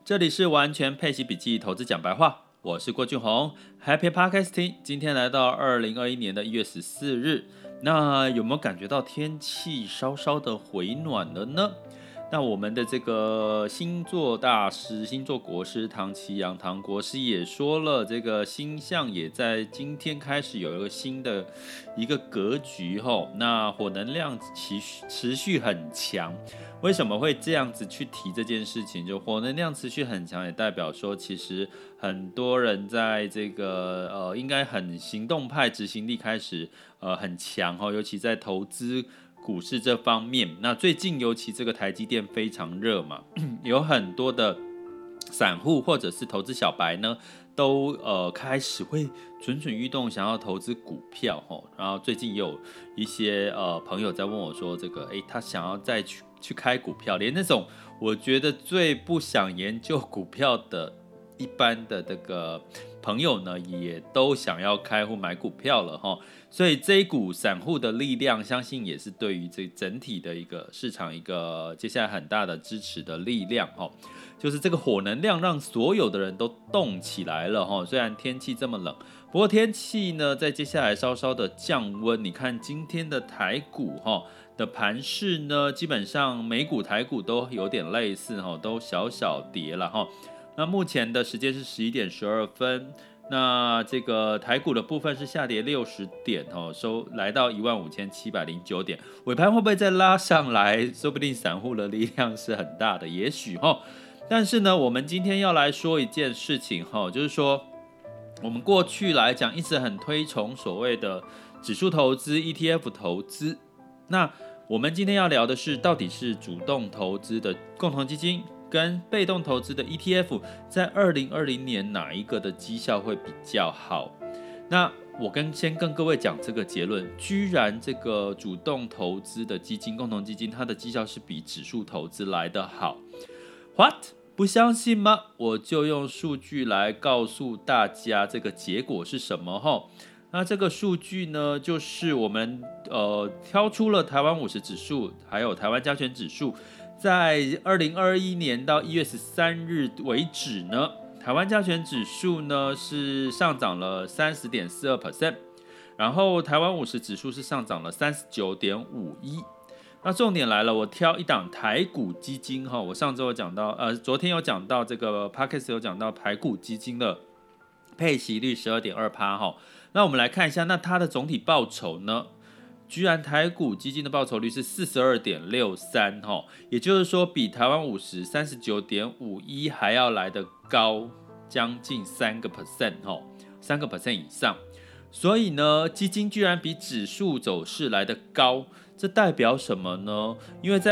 这里是完全配息笔记投资讲白话，我是郭俊宏 ，Happy Podcasting。今天来到2021年1月14日，那有没有感觉到天气稍稍的回暖了呢？那我们的这个星座大师、星座国师唐綺阳唐国师也说了，这个星象也在今天开始有一个新的一个格局吼。那火能量持续很强，为什么会这样子去提这件事情？就火能量持续很强，也代表说其实很多人在这个应该很行动派、执行力开始很强吼，尤其在投资股市这方面，那最近尤其这个台积电非常热嘛，有很多的散户或者是投资小白呢，都开始会蠢蠢欲动，想要投资股票吼。然后最近也有一些朋友在问我说，这个他想要再去开股票，连那种我觉得最不想研究股票的一般的这个朋友呢，也都想要开户买股票了哈。所以这一股散户的力量，相信也是对于这整体的一个市场一个接下来很大的支持的力量哈。就是这个火能量让所有的人都动起来了哈。虽然天气这么冷，不过天气呢在接下来稍稍的降温。你看今天的台股哈的盘势呢，基本上美股台股都有点类似哈，都小小跌了哈。那目前的时间是11点12分。那这个台股的部分是下跌60点收来到15709点，尾盘会不会再拉上来？说不定散户的力量是很大的，也许但是呢，我们今天要来说一件事情就是说，我们过去来讲一直很推崇所谓的指数投资、ETF 投资。那我们今天要聊的是，到底是主动投资的共同基金跟被动投资的 ETF 在2020年哪一个的绩效会比较好？那我先跟各位讲这个结论，居然这个主动投资的基金共同基金，它的绩效是比指数投资来得好。 What？ 不相信吗？我就用数据来告诉大家这个结果是什么那这个数据呢，就是我们挑出了台湾50指数还有台湾加权指数，在2021年到1月13日为止呢，台湾加权指数呢是上涨了 30.42%， 然后台湾50指数是上涨了 39.51%。那重点来了，我挑一档台股基金我上周有讲到，昨天有讲到这个 Podcast 有讲到台股基金的配息率 12.2%那我们来看一下，那它的总体报酬呢？居然台股基金的报酬率是 42.63%也就是说比台湾50 39.51% 还要来得高将近3%以上。所以呢，基金居然比指数走势来得高，这代表什么呢？因为在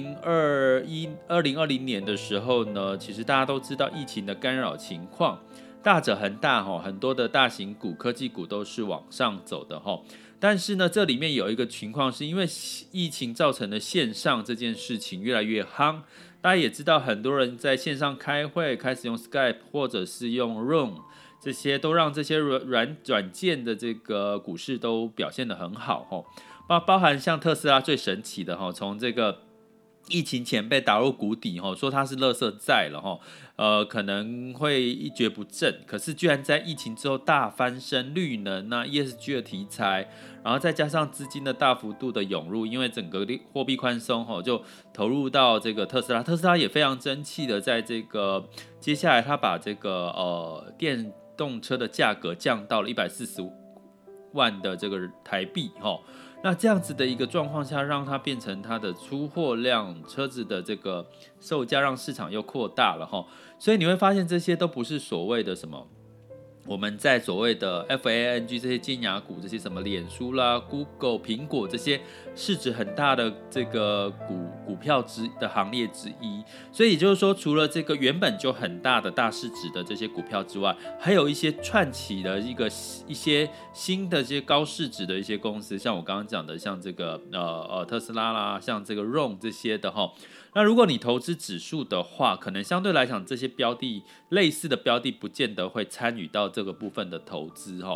2020年的时候呢，其实大家都知道疫情的干扰情况大者恒大很多的大型股、科技股都是往上走的但是呢，这里面有一个情况，是因为疫情造成的线上这件事情越来越夯。大家也知道，很多人在线上开会，开始用 Skype 或者是用 Room， 这些都让这些软件的这个股市都表现得很好包含像特斯拉最神奇的从这个疫情前被打入谷底说它是垃圾债了可能会一蹶不振，可是居然在疫情之后大翻身，绿能ESG 的题材，然后再加上资金的大幅度的涌入，因为整个货币宽松就投入到这个特斯拉也非常争气的，在这个接下来他把这个电动车的价格降到了140万的这个台币那这样子的一个状况下，让它变成它的出货量，车子的这个售价让市场又扩大了所以你会发现这些都不是所谓的什么我们在所谓的 FANG 这些尖牙股，这些什么脸书啦、Google、苹果这些市值很大的这个股票的行列之一。所以也就是说，除了这个原本就很大的大市值的这些股票之外，还有一些串起的一些新的这些高市值的一些公司，像我刚刚讲的，像这个特斯拉啦，像这个 ROM 这些的那如果你投资指数的话，可能相对来讲，这些标的类似的标的不见得会参与到这个部分的投资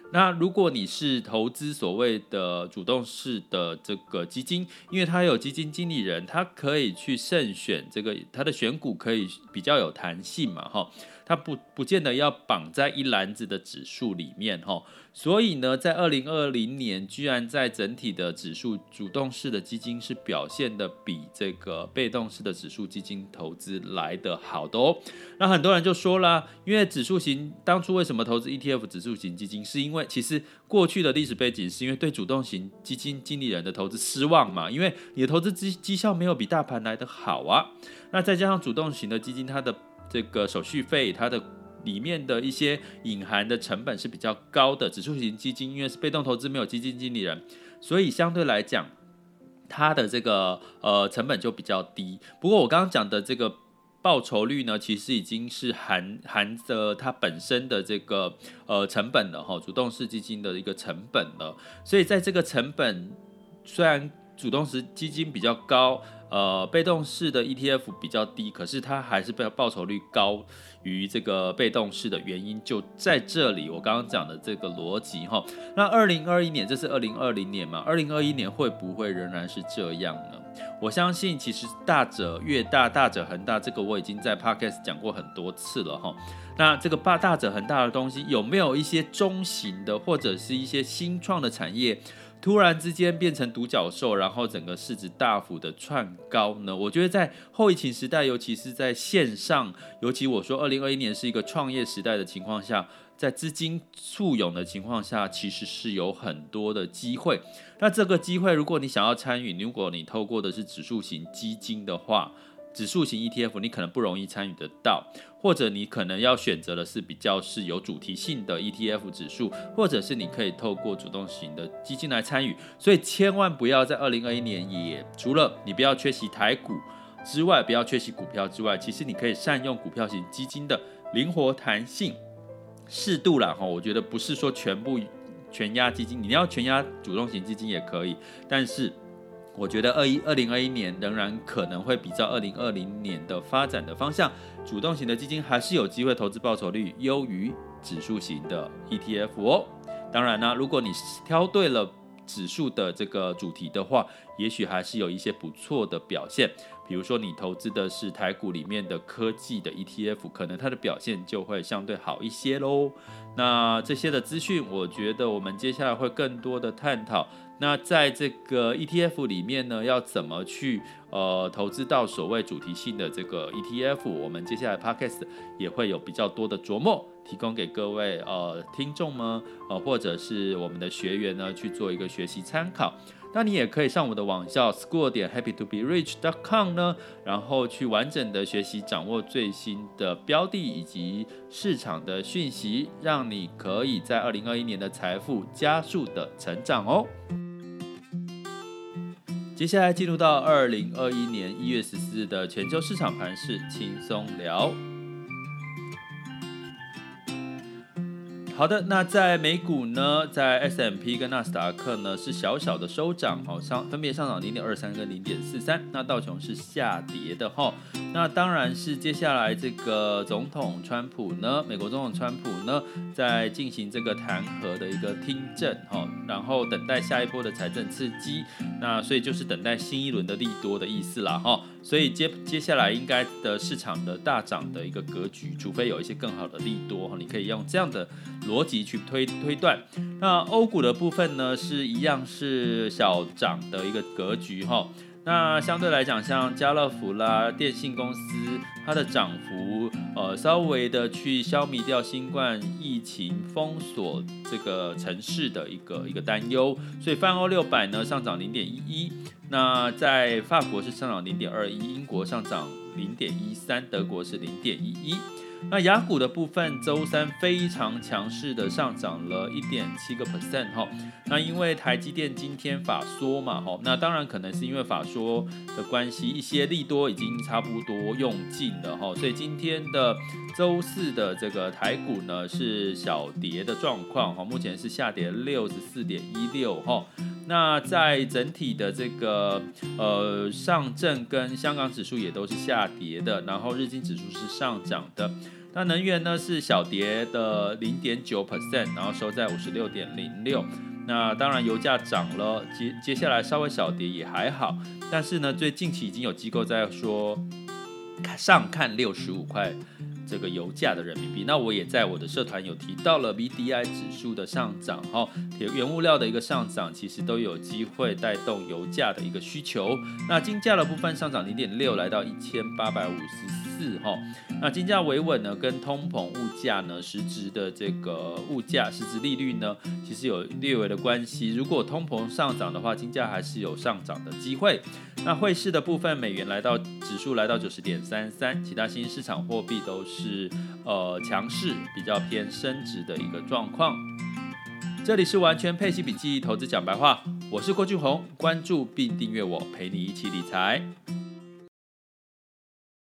那如果你是投资所谓的主动式的这个基金，因为它有基金经理人，它可以去慎选这个，它的选股可以比较有弹性嘛，它不见得要绑在一篮子的指数里面，所以呢，在2020年，居然在整体的指数主动式的基金是表现的比这个被动式的指数基金投资来得好的哦。那很多人就说啦，因为指数型当初为什么投资 ETF 指数型基金，是因为其实过去的历史背景是因为对主动型基金经理人的投资失望嘛，因为你的投资绩效没有比大盘来得好啊。那再加上主动型的基金，它的这个手续费，它的里面的一些隐含的成本是比较高的。指数型基金因为是被动投资，没有基金经理人，所以相对来讲，它的这个成本就比较低。不过我刚刚讲的这个报酬率呢，其实已经是含着它本身的这个成本了主动式基金的一个成本了。所以在这个成本，虽然主动式基金比较高，被动式的 ETF 比较低，可是它还是报酬率高于这个被动式的原因就在这里。我刚刚讲的这个逻辑哈。那2021年，这是2020年嘛？2021年会不会仍然是这样呢？我相信其实大者越大，大者恒大，这个我已经在 Podcast 讲过很多次了哈。那这个大者恒大的东西，有没有一些中型的或者是一些新创的产业？突然之间变成独角兽，然后整个市值大幅的窜高呢？我觉得在后疫情时代，尤其是在线上，尤其我说2021年是一个创业时代的情况下，在资金簇拥的情况下，其实是有很多的机会。那这个机会，如果你想要参与，如果你透过的是指数型基金的话，指数型 ETF 你可能不容易参与得到，或者你可能要选择的是比较是有主题性的 ETF 指数，或者是你可以透过主动型的基金来参与。所以千万不要在2021年也除了你不要缺席台股之外，不要缺席股票之外，其实你可以善用股票型基金的灵活弹性，适度啦我觉得不是说全部全压基金，你要全压主动型基金也可以，但是我觉得2021年仍然可能会比照2020年的发展的方向，主动型的基金还是有机会投资报酬率优于指数型的 ETF 哦。当然啦，如果你挑对了指数的这个主题的话，也许还是有一些不错的表现。比如说你投资的是台股里面的科技的 ETF， 可能它的表现就会相对好一些咯。那这些的资讯，我觉得我们接下来会更多的探讨。那在这个 ETF 里面呢，要怎么去投资到所谓主题性的这个 ETF， 我们接下来 Podcast 也会有比较多的琢磨，提供给各位听众们或者是我们的学员呢去做一个学习参考。那你也可以上我们的网校 school.happytoberich.com 呢，然后去完整的学习掌握最新的标的以及市场的讯息，让你可以在2021年的财富加速的成长哦。接下来进入到2021年1月14日的全球市场盘势轻松聊。好的，那在美股呢，在 S&P 跟纳斯达克呢是小小的收涨，分别上涨 0.23 跟 0.43， 那道琼是下跌的那当然是接下来这个总统川普呢，美国总统川普呢，在进行这个弹劾的一个听证然后等待下一波的财政刺激，那所以就是等待新一轮的利多的意思啦所以接下来应该的市场的大涨的一个格局，除非有一些更好的利多你可以用这样的逻辑去推断。那欧股的部分呢，是一样是小涨的一个格局那相对来讲，像家乐福啦、电信公司，它的涨幅稍微的去消弭掉新冠疫情封锁这个城市的一个担忧，所以泛欧600呢上涨 0.11， 那在法国是上涨 0.21， 英国上涨 0.13， 德国是 0.11。那亚股的部分，周三非常强势的上涨了 1.7% 那因为台积电今天法说嘛那当然可能是因为法说的关系，一些利多已经差不多用尽了所以今天的周四的这个台股呢是小跌的状况目前是下跌 64.16 那在整体的这个上证跟香港指数也都是下跌的，然后日经指数是上涨的。那能源呢是小跌的 0.9%， 然后收在 56.06。那当然油价涨了，接下来稍微小跌也还好，但是呢最近期已经有机构在说上看65块这个油价的人民币。那我也在我的社团有提到了 BDI 指数的上涨，原物料的一个上涨其实都有机会带动油价的一个需求。那金价的部分上涨 0.6 来到1854。那金价维稳呢，跟通膨物价呢，实质的这个物价实质利率呢，其实有略微的关系。如果通膨上涨的话，金价还是有上涨的机会。那汇市的部分，美元指数来到 90.33， 其他新兴市场货币都是强势，比较偏升值的一个状况。这里是完全配息笔记投资讲白话，我是郭俊宏，关注并订阅我，陪你一起理财。